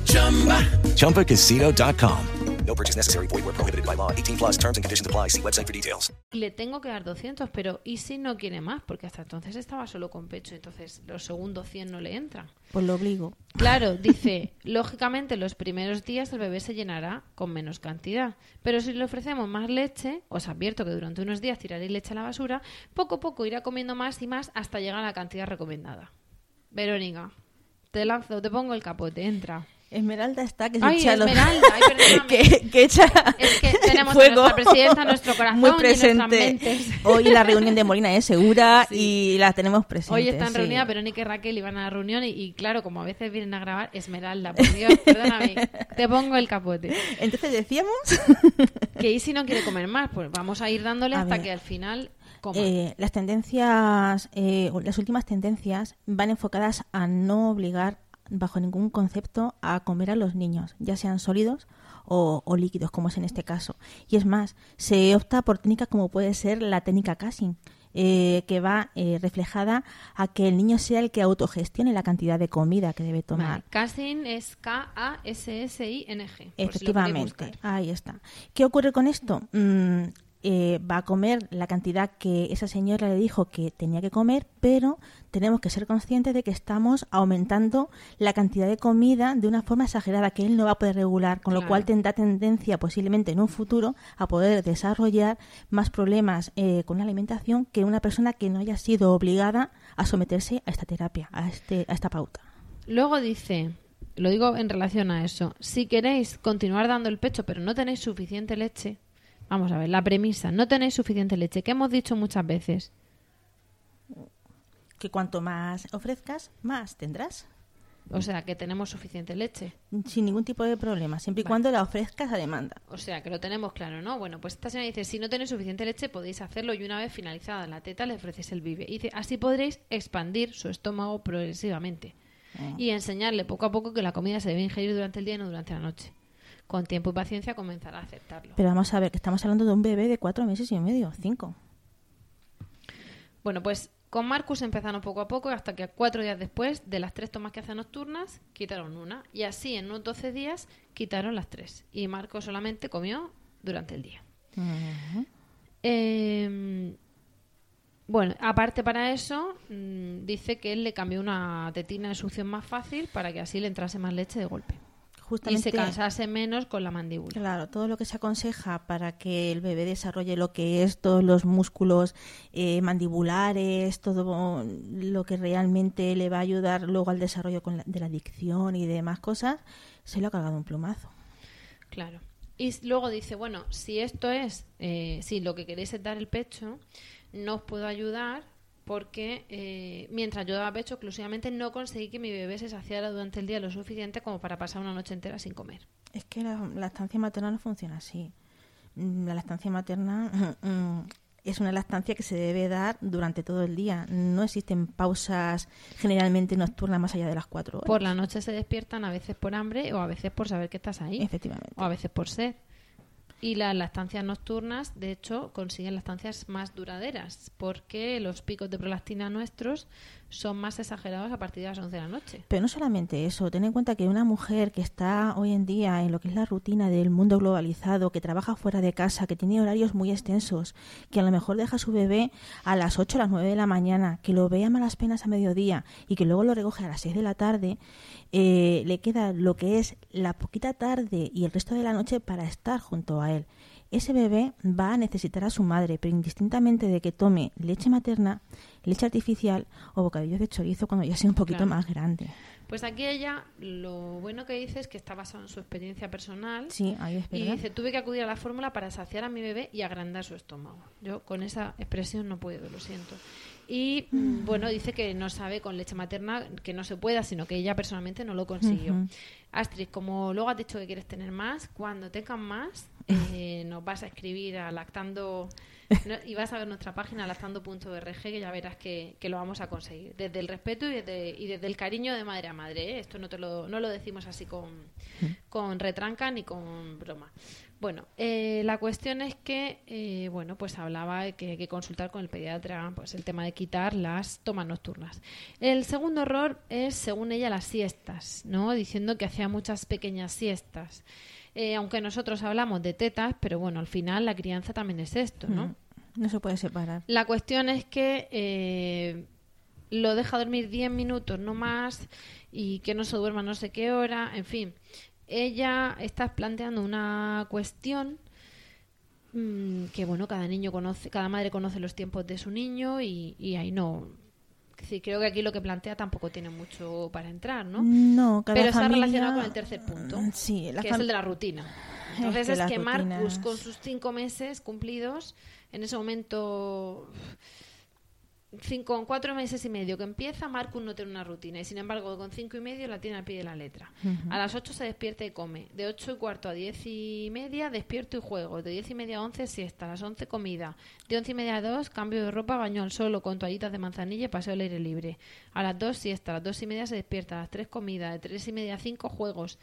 ChumbaCasino.com. No purchase necessary. Void where prohibited by law. 18+. Terms and conditions apply. See website for details. Le tengo que dar 200, pero ¿y si no quiere más? Porque hasta entonces estaba solo con pecho, entonces los segundos 100 no le entran. Pues lo obligo. Claro, dice, lógicamente los primeros días el bebé se llenará con menos cantidad, pero si le ofrecemos más leche, os advierto que durante unos días tiraréis leche a la basura, poco a poco irá comiendo más y más hasta llegar a la cantidad recomendada. Verónica, te lanzo, te pongo el capote, entra. Esmeralda está que se Ay, echa Esmeralda, ay, perdóname. que echa Es que tenemos fuego. a nuestra presidenta en nuestro corazón muy y en presente. nuestras mentes. Hoy la reunión de Molina es segura Sí. y la tenemos presente. Hoy están sí. reunidas Verónica y Raquel, iban a la reunión y claro, como a veces vienen a grabar, Esmeralda, por Dios, perdóname, te pongo el capote. Entonces decíamos... Que Isi no quiere comer más, pues vamos a ir dándole A hasta ver. que al final coma. Las tendencias, las últimas tendencias van enfocadas a no obligar bajo ningún concepto a comer a los niños, ya sean sólidos o líquidos, como es en este caso. Y es más, se opta por técnicas como puede ser la técnica Cassin, que va reflejada a que el niño sea el que autogestione la cantidad de comida que debe tomar. Vale, Cassin es K-A-S-S-I-N-G. por si lo queréis Efectivamente, buscar. ahí está. ¿Qué ocurre con esto? Va a comer la cantidad que esa señora le dijo que tenía que comer, pero tenemos que ser conscientes de que estamos aumentando la cantidad de comida de una forma exagerada que él no va a poder regular, con lo Claro. cual tendrá tendencia posiblemente en un futuro a poder desarrollar más problemas con la alimentación que una persona que no haya sido obligada a someterse a esta terapia, a esta pauta. Luego dice, lo digo en relación a eso, si queréis continuar dando el pecho pero no tenéis suficiente leche, vamos a ver, la premisa, no tenéis suficiente leche, que hemos dicho muchas veces. Que cuanto más ofrezcas, más tendrás. O sea, que tenemos suficiente leche. Sin ningún tipo de problema, siempre y Vale. cuando la ofrezcas a demanda. O sea, que lo tenemos claro, ¿no? Bueno, pues esta señora dice, si no tenéis suficiente leche podéis hacerlo y una vez finalizada la teta le ofrecéis el bibe. Y dice, así podréis expandir su estómago progresivamente y enseñarle poco a poco que la comida se debe ingerir durante el día y no durante la noche. Con tiempo y paciencia comenzará a aceptarlo. Pero vamos a ver, que estamos hablando de un bebé de 4 meses y medio, 5. Bueno, pues con Marcus empezaron poco a poco hasta que 4 días después de las 3 tomas que hacen nocturnas quitaron una y así en unos 12 días quitaron las 3 y Marcos solamente comió durante el día. Bueno, aparte para eso dice que él le cambió una tetina de succión más fácil para que así le entrase más leche de golpe y Justamente, se cansase menos con la mandíbula. claro, todo lo que se aconseja para que el bebé desarrolle lo que es todos los músculos mandibulares, todo lo que realmente le va a ayudar luego al desarrollo de la dicción y demás cosas, se lo ha cargado un plumazo. Claro. Y luego dice, bueno, si esto es, si lo que queréis es dar el pecho, no os puedo ayudar porque mientras yo daba pecho exclusivamente no conseguí que mi bebé se saciara durante el día lo suficiente como para pasar una noche entera sin comer. Es que la lactancia materna no funciona así. La lactancia materna es una lactancia que se debe dar durante todo el día. No existen pausas generalmente nocturnas más allá de las 4 horas. Por la noche se despiertan a veces por hambre o a veces por saber que estás ahí Efectivamente. o a veces por sed. Y las lactancias nocturnas, de hecho, consiguen lactancias más duraderas porque los picos de prolactina nuestros son más exagerados a partir de las 11 de la noche. Pero no solamente eso, ten en cuenta que una mujer que está hoy en día en lo que es la rutina del mundo globalizado, que trabaja fuera de casa, que tiene horarios muy extensos, que a lo mejor deja a su bebé a las 8 o las 9 de la mañana, que lo ve a malas penas a mediodía y que luego lo recoge a las 6 de la tarde, le queda lo que es la poquita tarde y el resto de la noche para estar junto a él. Ese bebé va a necesitar a su madre, pero indistintamente de que tome leche materna, leche artificial o bocadillos de chorizo cuando ya sea un poquito Claro. más grande. Pues aquí ella, lo bueno que dice es que está basado en su experiencia personal. Sí, ahí es Y verdad. dice, tuve que acudir a la fórmula para saciar a mi bebé y agrandar su estómago. Yo con esa expresión no puedo, lo siento. Y bueno, dice que no sabe con leche materna que no se pueda, sino que ella personalmente no lo consiguió. Ujú. Astrid, como luego has dicho que quieres tener más, cuando tengas más, nos vas a escribir a Lactando y vas a ver nuestra página lactando.org, que ya verás que lo vamos a conseguir. Desde el respeto y desde el cariño de madre a madre, ¿eh? Esto no lo decimos así con retranca ni con broma. Bueno, la cuestión es que, bueno, pues hablaba de que hay que consultar con el pediatra pues el tema de quitar las tomas nocturnas. El segundo error es, según ella, las siestas, ¿no? Diciendo que hacía muchas pequeñas siestas. Aunque nosotros hablamos de tetas, pero bueno, al final la crianza también es esto, ¿no? No se puede separar. La cuestión es que lo deja dormir 10 minutos, no más, y que no se duerma no sé qué hora, en fin. Ella está planteando una cuestión que, bueno, cada madre conoce los tiempos de su niño y ahí no, Sí, creo que aquí lo que plantea tampoco tiene mucho para entrar, ¿no? No, cada pero está familia... relacionado con el tercer punto, Sí, que es el de la rutina. Entonces Es es que que las Marcus, rutinas- con sus 5 meses cumplidos, en ese momento, con 4 meses y medio que empieza, Marcus no tiene una rutina. Y sin embargo, con 5 y medio la tiene al pie de la letra. A las 8 se despierta y come. De 8 y cuarto a 10 y media, despierto y juego. De 10 y media a 11, siesta. A las 11, comida. De 11 y media a 2, cambio de ropa, baño al sol o con toallitas de manzanilla y paseo al aire libre. A las 2, siesta. A las 2 y media se despierta. A las 3, comida. De 3 y media a 5, juegos.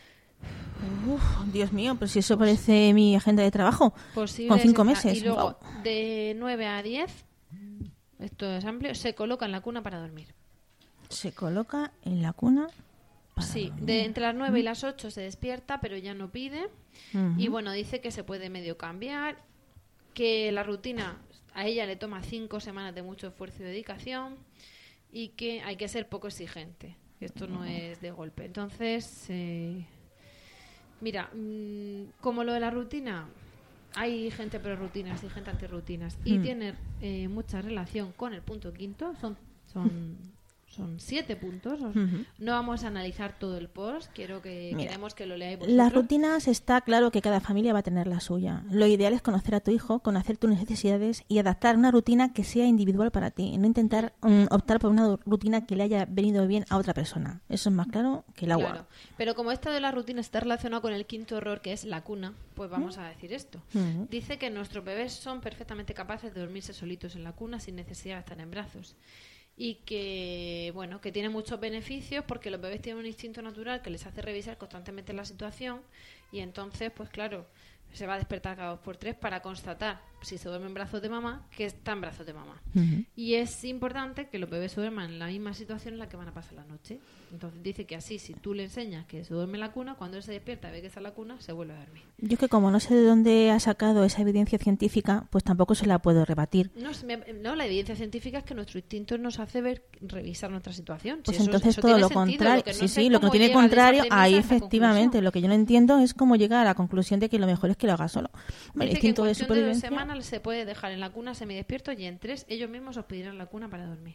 Dios mío, pero si eso parece mi agenda de trabajo. Posible Con 5 es esta. meses. Y luego, Guau. de 9 a 10, esto es amplio, se coloca en la cuna para dormir. Se coloca en la cuna. Sí, entre las 9 y las 8 se despierta, pero ya no pide. Ujú. Y bueno, dice que se puede medio cambiar, que la rutina a ella le toma 5 semanas de mucho esfuerzo y dedicación y que hay que ser poco exigente. Esto no es de golpe. Entonces, mira, como lo de la rutina, hay gente pro rutinas y gente anti rutinas y tiene mucha relación con el punto quinto. Son 7 puntos. No vamos a analizar todo el post. Queremos que lo leáis vosotros. Las rutinas está claro que cada familia va a tener la suya. Lo ideal es conocer a tu hijo, conocer tus necesidades y adaptar una rutina que sea individual para ti. No intentar optar por una rutina que le haya venido bien a otra persona. Eso es más claro que el agua. Claro. Pero como esto de la rutina está relacionado con el quinto error, que es la cuna, pues vamos a decir esto. Dice que nuestros bebés son perfectamente capaces de dormirse solitos en la cuna sin necesidad de estar en brazos. Y que, bueno, que tiene muchos beneficios porque los bebés tienen un instinto natural que les hace revisar constantemente la situación y entonces, pues claro, se va a despertar cada 2 por 3 para constatar si se duerme en brazos de mamá, que está en brazos de mamá. Y es importante que los bebés se duerman en la misma situación en la que van a pasar la noche. Entonces dice que así, si tú le enseñas que se duerme en la cuna, cuando él se despierta y ve que está en la cuna, se vuelve a dormir. Yo es que como no sé de dónde ha sacado esa evidencia científica, pues tampoco se la puedo rebatir. No, la evidencia científica es que nuestro instinto nos hace revisar nuestra situación. Pues Si entonces eso todo tiene lo sentido. contrario. Lo que no sé Sí, es lo que no cómo tiene llega de esa contrario, premisa ahí a esa efectivamente. conclusión. Lo que yo no entiendo es cómo llegar a la conclusión de que lo mejor es que lo haga solo. El Dice que en instinto de cuestión de 2 supervivencia. semanas se puede dejar en la cuna semidespierto y en 3 ellos mismos os pedirán la cuna para dormir.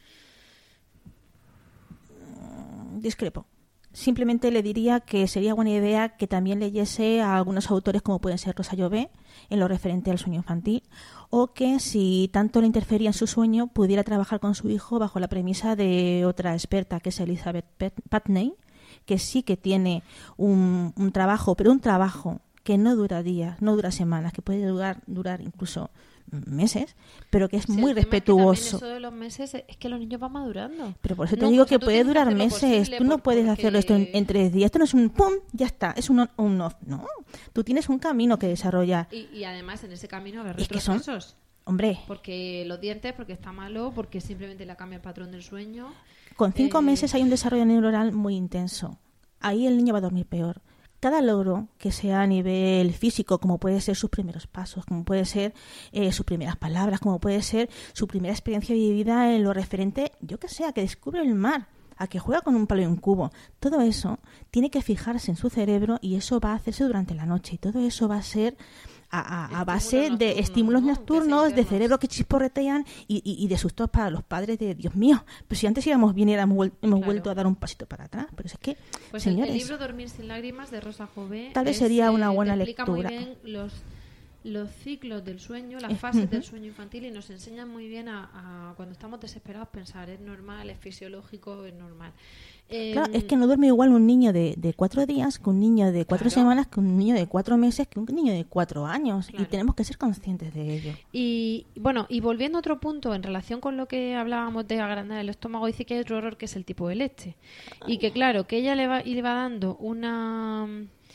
Discrepo. Simplemente le diría que sería buena idea que también leyese a algunos autores como pueden ser Rosa Llobet en lo referente al sueño infantil, o que si tanto le interfería en su sueño pudiera trabajar con su hijo bajo la premisa de otra experta que es Elizabeth Putney, que sí que tiene un trabajo, pero un trabajo que no dura días, no dura semanas, que puede durar incluso meses, pero que es Sí, muy el tema es que respetuoso. también eso de los meses es que los niños van madurando. Pero por eso te No, digo o sea, que tú puede tienes que durar hacer lo meses. posible Tú no puedes hacerlo esto en 3 días. Esto no es un pum, ya está. Es un on-off. No. Tú tienes un camino que desarrollar. Y además en ese camino habrá Es que son- retrocesos. Hombre, Porque los dientes, porque está malo, porque simplemente le cambia el patrón del sueño. con 5 meses hay un desarrollo neuronal muy intenso. Ahí el niño va a dormir peor. Cada logro que sea a nivel físico, como puede ser sus primeros pasos, como puede ser sus primeras palabras, como puede ser su primera experiencia vivida en lo referente, yo que sé, a que descubre el mar, a que juega con un palo y un cubo, todo eso tiene que fijarse en su cerebro y eso va a hacerse durante la noche y todo eso va a ser a base de estímulos nocturnos, de cerebro que chisporretean y de sustos para los padres de Dios mío, pero si antes íbamos bien y hemos Claro. vuelto a dar un pasito para atrás, pero es que, Pues el señores, libro Dormir sin lágrimas de Rosa Jové Tal vez sería una buena te explica lectura. muy bien los ciclos del sueño, las fases del sueño infantil y nos enseñan muy bien a cuando estamos desesperados pensar, es normal, es fisiológico, es normal. claro, es que no duerme igual un niño de 4 días que un niño de 4 Claro. semanas, que un niño de 4 meses, que un niño de 4 años. Claro. Y tenemos que ser conscientes de ello. Y bueno, y volviendo a otro punto en relación con lo que hablábamos de agrandar el estómago, dice que hay otro error que es el tipo de leche. Y que claro, que ella le va dando una...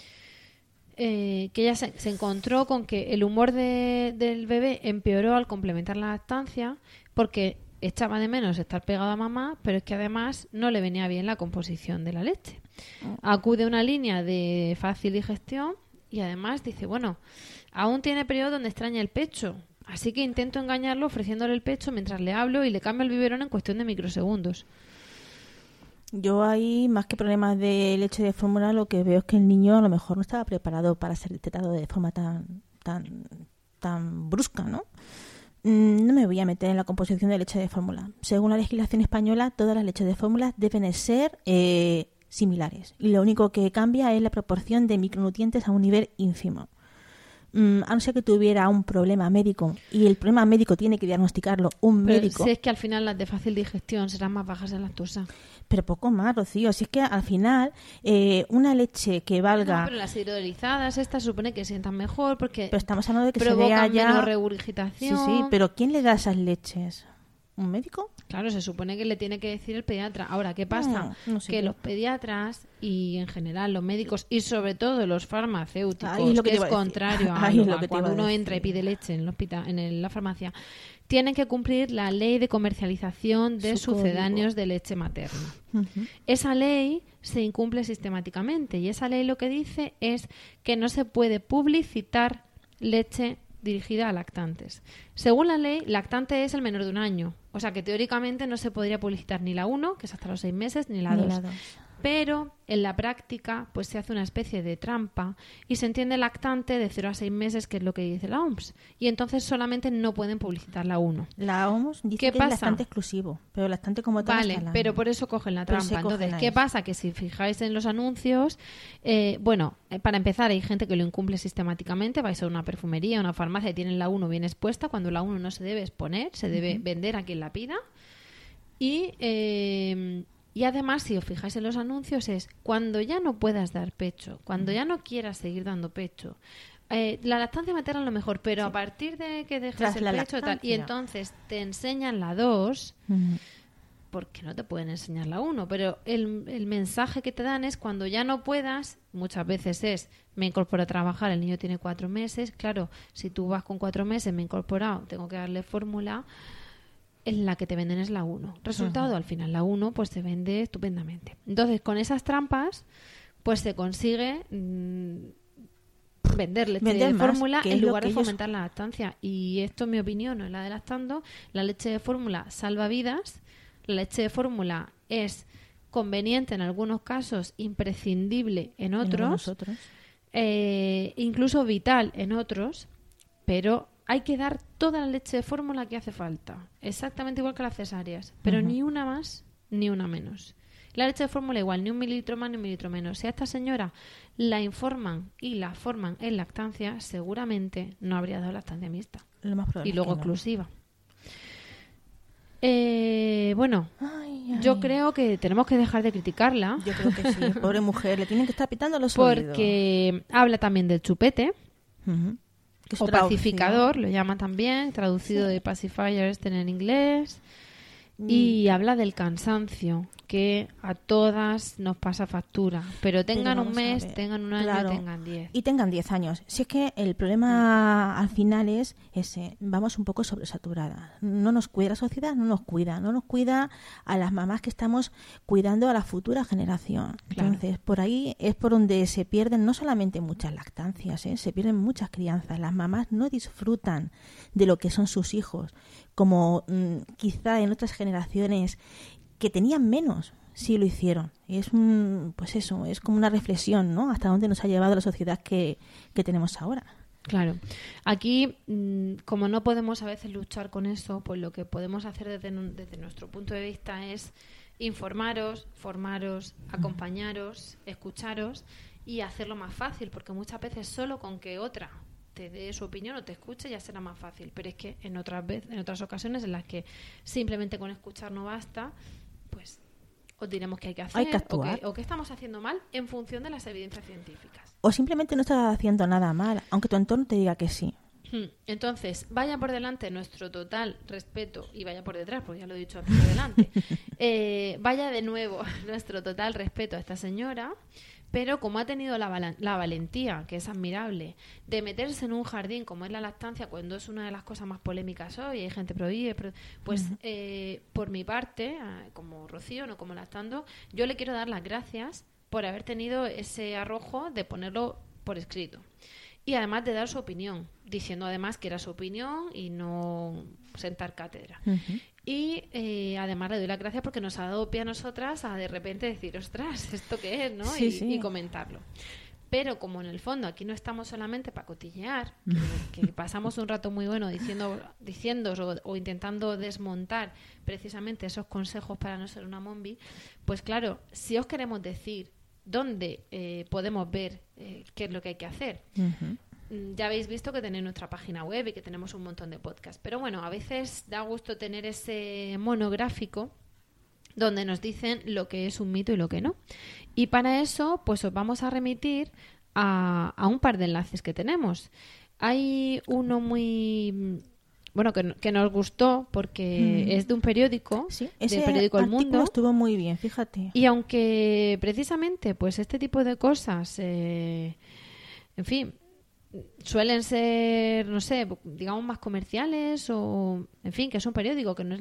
que ella se encontró con que el humor del bebé empeoró al complementar la lactancia porque echaba de menos estar pegado a mamá, pero es que además no le venía bien la composición de la leche. Acude a una línea de fácil digestión y además dice, bueno, aún tiene periodo donde extraña el pecho, así que intento engañarlo ofreciéndole el pecho mientras le hablo y le cambio el biberón en cuestión de microsegundos. Yo ahí, más que problemas de leche de fórmula, lo que veo es que el niño a lo mejor no estaba preparado para ser tratado de forma tan brusca, ¿no? No me voy a meter en la composición de leche de fórmula. Según la legislación española, todas las leches de fórmula deben de ser similares. Y lo único que cambia es la proporción de micronutrientes a un nivel ínfimo. A no ser que tuviera un problema médico, y el problema médico tiene que diagnosticarlo un Pero médico. si es que al final las de fácil digestión serán más bajas en lactosa. Pero poco más, Rocío. Si es que al final una leche que valga... No, pero las hidrolizadas estas se supone que sientan mejor porque Pero estamos hablando de que se vea provocan ya... menos regurgitación. Sí, pero ¿quién le da esas leches? ¿Un médico? Claro, se supone que le tiene que decir el pediatra. Ahora, ¿qué pasa? No sé que qué. los pediatras y en general los médicos y sobre todo los farmacéuticos, Ahí es lo que que te es iba a decir. contrario Ahí es lo a que te cuando iba a uno decir. entra y pide leche en el hospital, la farmacia, tienen que cumplir la ley de comercialización de Su sucedáneos de leche materna. Ujú. Esa ley se incumple sistemáticamente y esa ley lo que dice es que no se puede publicitar leche dirigida a lactantes. Según la ley, lactante es el menor de 1 año. O sea que teóricamente no se podría publicitar ni la 1, que es hasta los 6 meses, ni la Ni 2. la 2. Pero en la práctica pues se hace una especie de trampa y se entiende lactante de 0 a 6 meses, que es lo que dice la OMS. Y entonces solamente no pueden publicitar la 1. La OMS dice ¿Qué que pasa? es lactante exclusivo, pero lactante como tal Vale, está la- pero por eso cogen la Por eso trampa. cogen Entonces, a ¿qué eso. pasa? Que si fijáis en los anuncios, para empezar, hay gente que lo incumple sistemáticamente. Vais a una perfumería, a una farmacia y tienen la 1 bien expuesta, cuando la 1 no se debe exponer, se debe vender a quien la pida. Y además, si os fijáis en los anuncios, es cuando ya no puedas dar pecho, cuando ya no quieras seguir dando pecho. La lactancia materna es lo mejor, pero a partir de que dejes Tras el la pecho tal, y lactancia. entonces te enseñan la 2, Ujú. porque no te pueden enseñar la 1, pero el mensaje que te dan es cuando ya no puedas, muchas veces es, me incorporo a trabajar, el niño tiene 4 meses, claro, si tú vas con 4 meses, me he incorporado, tengo que darle fórmula, en la que te venden es la 1. Resultado, al final la 1 pues se vende estupendamente. Entonces, con esas trampas, pues se consigue vender leche Vender de más, fórmula que en es lo lugar que de ellos- fomentar la lactancia. Y esto, en mi opinión, no es la de lactando. La leche de fórmula salva vidas. La leche de fórmula es conveniente en algunos casos, imprescindible en otros, Nosotros. incluso vital en otros, pero hay que dar toda la leche de fórmula que hace falta, exactamente igual que las cesáreas, pero ni una más ni una menos. La leche de fórmula igual, ni 1 mililitro más ni 1 mililitro menos. Si a esta señora la informan y la forman en lactancia, seguramente no habría dado lactancia mixta Lo más probable y es luego que no. exclusiva. Ay, Yo creo que tenemos que dejar de criticarla Yo creo que sí. Pobre mujer, le tienen que estar pitando los oídos. porque habla también del chupete Ujú. Que es o otra pacificador, lo llama también, traducido de pacifier este en inglés, y habla del cansancio, que a todas nos pasa factura, pero tengan un vamos a mes, ver. tengan un año, Claro. tengan 10. Y tengan 10 años. Si es que el problema al final es ese, vamos un poco sobresaturadas. No nos cuida la sociedad, no nos cuida a las mamás que estamos cuidando a la futura generación. Claro. Entonces, por ahí es por donde se pierden no solamente muchas lactancias, se pierden muchas crianzas. Las mamás no disfrutan de lo que son sus hijos, como quizá en otras generaciones que tenían menos, sí lo hicieron. Y es pues eso, es como una reflexión, ¿no? Hasta dónde nos ha llevado la sociedad que tenemos ahora. Claro. Aquí, como no podemos a veces luchar con eso, pues lo que podemos hacer desde nuestro punto de vista es informaros, formaros, acompañaros, escucharos y hacerlo más fácil, porque muchas veces solo con que otra te dé su opinión o te escuche ya será más fácil, pero es que en otras ocasiones en las que simplemente con escuchar no basta, pues os diremos qué hay que hacer Hay que actuar. o qué estamos haciendo mal en función de las evidencias científicas. O simplemente no estás haciendo nada mal, aunque tu entorno te diga que sí. Entonces, vaya por delante nuestro total respeto, y vaya por detrás, porque ya lo he dicho antes por delante, vaya de nuevo nuestro total respeto a esta señora, pero como ha tenido la valentía, que es admirable, de meterse en un jardín como es la lactancia, cuando es una de las cosas más polémicas hoy, hay gente prohíbe, pues por mi parte, como Rocío, no como lactando, yo le quiero dar las gracias por haber tenido ese arrojo de ponerlo por escrito. Y además de dar su opinión, diciendo además que era su opinión y no sentar cátedra. Y además le doy las gracias porque nos ha dado pie a nosotras a de repente decir, ostras, ¿esto qué es? ¿no? Sí, sí. Y comentarlo. Pero como en el fondo aquí no estamos solamente para cotillear, que pasamos un rato muy bueno diciendo o intentando desmontar precisamente esos consejos para no ser una mombi, pues claro, si os queremos decir dónde podemos ver qué es lo que hay que hacer. Ya habéis visto que tenéis nuestra página web y que tenemos un montón de podcasts. Pero bueno, a veces da gusto tener ese monográfico donde nos dicen lo que es un mito y lo que no. Y para eso, pues os vamos a remitir a un par de enlaces que tenemos. Hay uno muy... Bueno, que nos gustó porque es de un periódico, Sí, del ese periódico El artículo Mundo. estuvo muy bien, fíjate. Y aunque precisamente pues este tipo de cosas, en fin, suelen ser, no sé, digamos más comerciales o, en fin, que es un periódico, que no es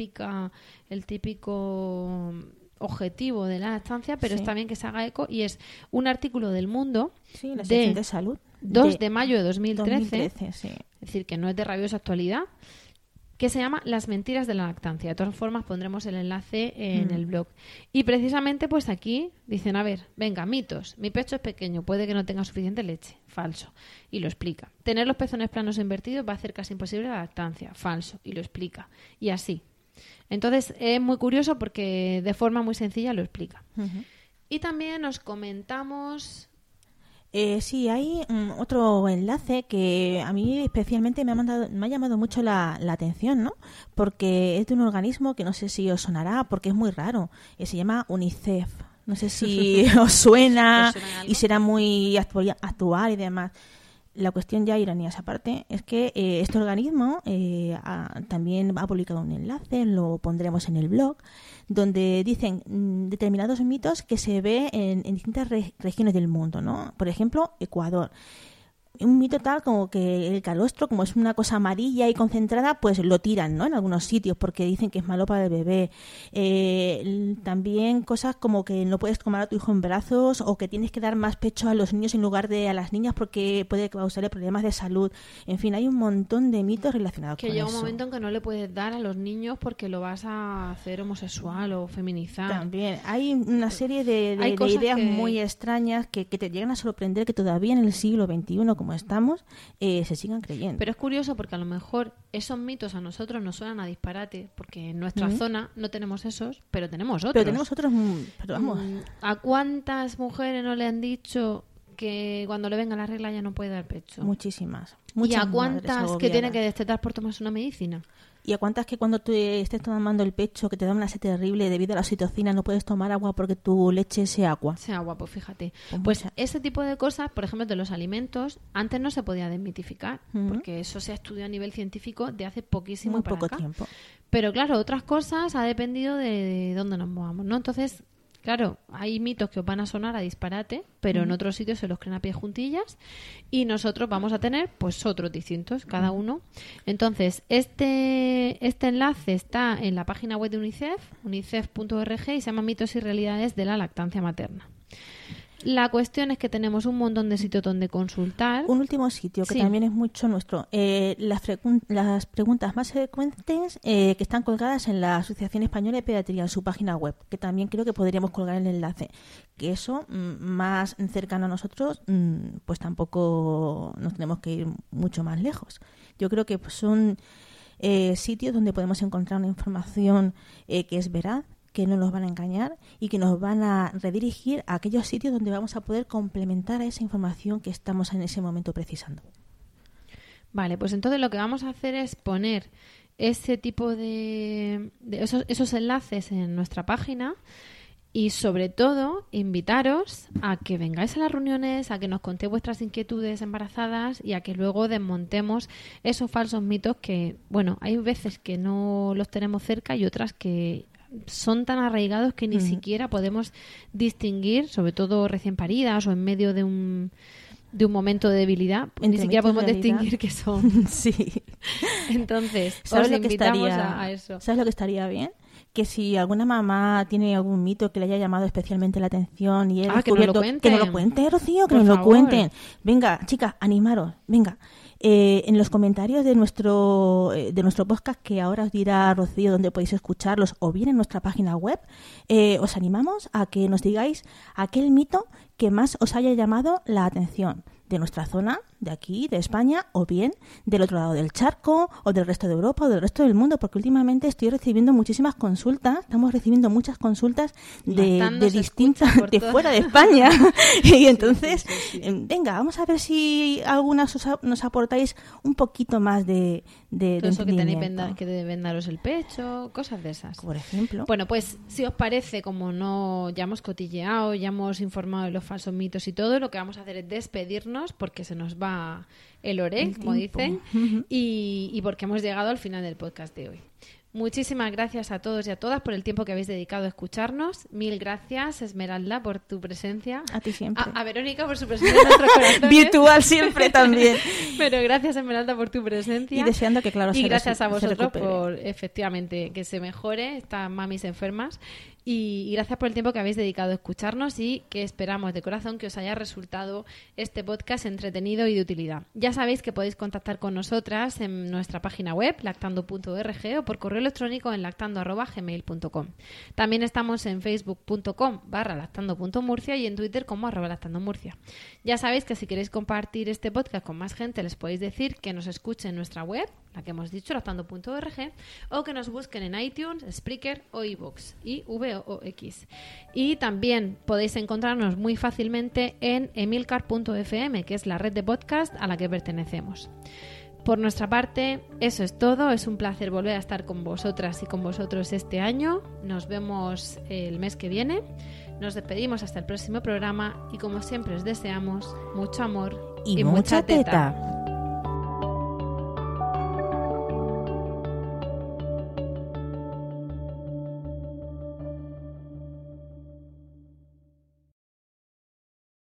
el típico objetivo de la lactancia, pero Sí. está bien que se haga eco, y es un artículo del Mundo Sí, la de sección de salud. 2 de mayo de 2013, 2013, sí. es decir, que no es de rabiosa actualidad, que se llama Las mentiras de la lactancia. De todas formas, pondremos el enlace en el blog. Y precisamente, pues aquí dicen, a ver, venga, mitos. Mi pecho es pequeño, puede que no tenga suficiente leche. Falso. Y lo explica. Tener los pezones planos o invertidos va a hacer casi imposible la lactancia. Falso. Y lo explica. Y así. Entonces, es muy curioso porque de forma muy sencilla lo explica. Y también nos comentamos... Sí, hay otro enlace que a mí especialmente me ha llamado mucho la atención, ¿no? Porque es de un organismo que no sé si os sonará, porque es muy raro. Se llama UNICEF. No sé si os suena ¿Os suena algo? y será muy actual y demás. La cuestión, ya ironías aparte, es que este organismo también ha publicado un enlace, lo pondremos en el blog, donde dicen determinados mitos que se ve en distintas regiones del mundo, ¿no? Por ejemplo, Ecuador. Un mito tal como que el calostro, como es una cosa amarilla y concentrada, pues lo tiran, ¿no? En algunos sitios porque dicen que es malo para el bebé. También cosas como que no puedes tomar a tu hijo en brazos o que tienes que dar más pecho a los niños en lugar de a las niñas porque puede causarle problemas de salud. En fin, hay un montón de mitos relacionados Que con llega eso. un momento en que no le puedes dar a los niños porque lo vas a hacer homosexual o feminizar. También hay una serie de Hay cosas ideas que- muy extrañas que te llegan a sorprender que todavía en el siglo XXI, como estamos, se sigan creyendo. Pero es curioso porque a lo mejor esos mitos a nosotros nos suenan a disparate porque en nuestra zona no tenemos esos, pero tenemos otros. Pero tenemos otros, pero vamos, ¿A cuántas mujeres no le han dicho que cuando le venga la regla ya no puede dar pecho? muchísimas. ¿Y Muchas a madres cuántas que agobiadas. tiene que destetar por tomarse una medicina? ¿Y a cuántas que cuando tú estés tomando el pecho, que te da una sed terrible debido a la oxitocina, no puedes tomar agua porque tu leche sea agua? Sea guapo, fíjate. Pues Pues mucha. ese tipo de cosas, por ejemplo, de los alimentos, antes no se podía desmitificar, Ujú. porque eso se ha estudiado a nivel científico de hace poquísimo Muy para poco acá. tiempo. Pero claro, otras cosas ha dependido de dónde nos movamos, ¿no? Entonces, claro, hay mitos que os van a sonar a disparate, pero en otros sitios se los creen a pie juntillas y nosotros vamos a tener pues otros distintos, cada uno. Entonces, este enlace está en la página web de UNICEF, unicef.org, y se llama Mitos y realidades de la lactancia materna. La cuestión es que tenemos un montón de sitios donde consultar. Un último sitio que Sí. también es mucho nuestro. Las preguntas más frecuentes que están colgadas en la Asociación Española de Pediatría, en su página web, que también creo que podríamos colgar el enlace. Que eso, más cercano a nosotros, pues tampoco nos tenemos que ir mucho más lejos. Yo creo que pues, son sitios donde podemos encontrar una información que es veraz, que no nos van a engañar y que nos van a redirigir a aquellos sitios donde vamos a poder complementar a esa información que estamos en ese momento precisando. Vale, pues entonces lo que vamos a hacer es poner ese tipo de esos enlaces en nuestra página y sobre todo invitaros a que vengáis a las reuniones, a que nos contéis vuestras inquietudes embarazadas y a que luego desmontemos esos falsos mitos que, bueno, hay veces que no los tenemos cerca y otras que son tan arraigados que ni siquiera podemos distinguir, sobre todo recién paridas o en medio de un momento de debilidad, ni Entre siquiera mitos podemos y realidad. distinguir qué son. Sí. Entonces, ¿Sabes os lo que invitamos estaría, a eso. ¿sabes lo que estaría bien? que si alguna mamá tiene algún mito que le haya llamado especialmente la atención y que nos lo cuenten. que nos lo cuenten, Rocío, que Por nos lo favor. cuenten. Venga, chicas, animaros, venga. En los comentarios de nuestro podcast, que ahora os dirá Rocío dónde podéis escucharlos, o bien en nuestra página web, os animamos a que nos digáis aquel mito que más os haya llamado la atención de nuestra zona, de aquí, de España, o bien del otro lado del charco, o del resto de Europa, o del resto del mundo, porque últimamente estoy recibiendo muchísimas consultas, estamos recibiendo muchas consultas de distintas, de fuera de España, y entonces, venga, vamos a ver si algunas nos aportáis un poquito más de Todo eso que tenéis entendimiento. que deben daros el pecho, cosas de esas. Por ejemplo. Bueno, pues si os parece, como no ya hemos cotilleado, ya hemos informado de los falsos mitos y todo, lo que vamos a hacer es despedirnos porque se nos va el oré, El como tiempo. dicen, y porque hemos llegado al final del podcast de hoy. Muchísimas gracias a todos y a todas por el tiempo que habéis dedicado a escucharnos. Mil gracias, Esmeralda, por tu presencia. A ti siempre. A Verónica por su presencia en nuestros corazones. Virtual siempre también. Pero gracias, Esmeralda, por tu presencia. Y deseando que, claro, y se gracias a se vosotros recupere. por, efectivamente, que se mejore estas mamis enfermas. Y gracias por el tiempo que habéis dedicado a escucharnos y que esperamos de corazón que os haya resultado este podcast entretenido y de utilidad. Ya sabéis que podéis contactar con nosotras en nuestra página web, lactando.org, o por correo electrónico en lactando@gmail.com. También estamos en facebook.com/lactando.murcia y en Twitter como @lactandomurcia. Ya sabéis que si queréis compartir este podcast con más gente, les podéis decir que nos escuchen en nuestra web, la que hemos dicho, lactando.org, o que nos busquen en iTunes, Spreaker o iVoox, IVOX. Y también podéis encontrarnos muy fácilmente en emilcar.fm, que es la red de podcast a la que pertenecemos. Por nuestra parte, eso es todo. Es un placer volver a estar con vosotras y con vosotros este año. Nos vemos el mes que viene. Nos despedimos hasta el próximo programa y, como siempre, os deseamos mucho amor Y mucha teta.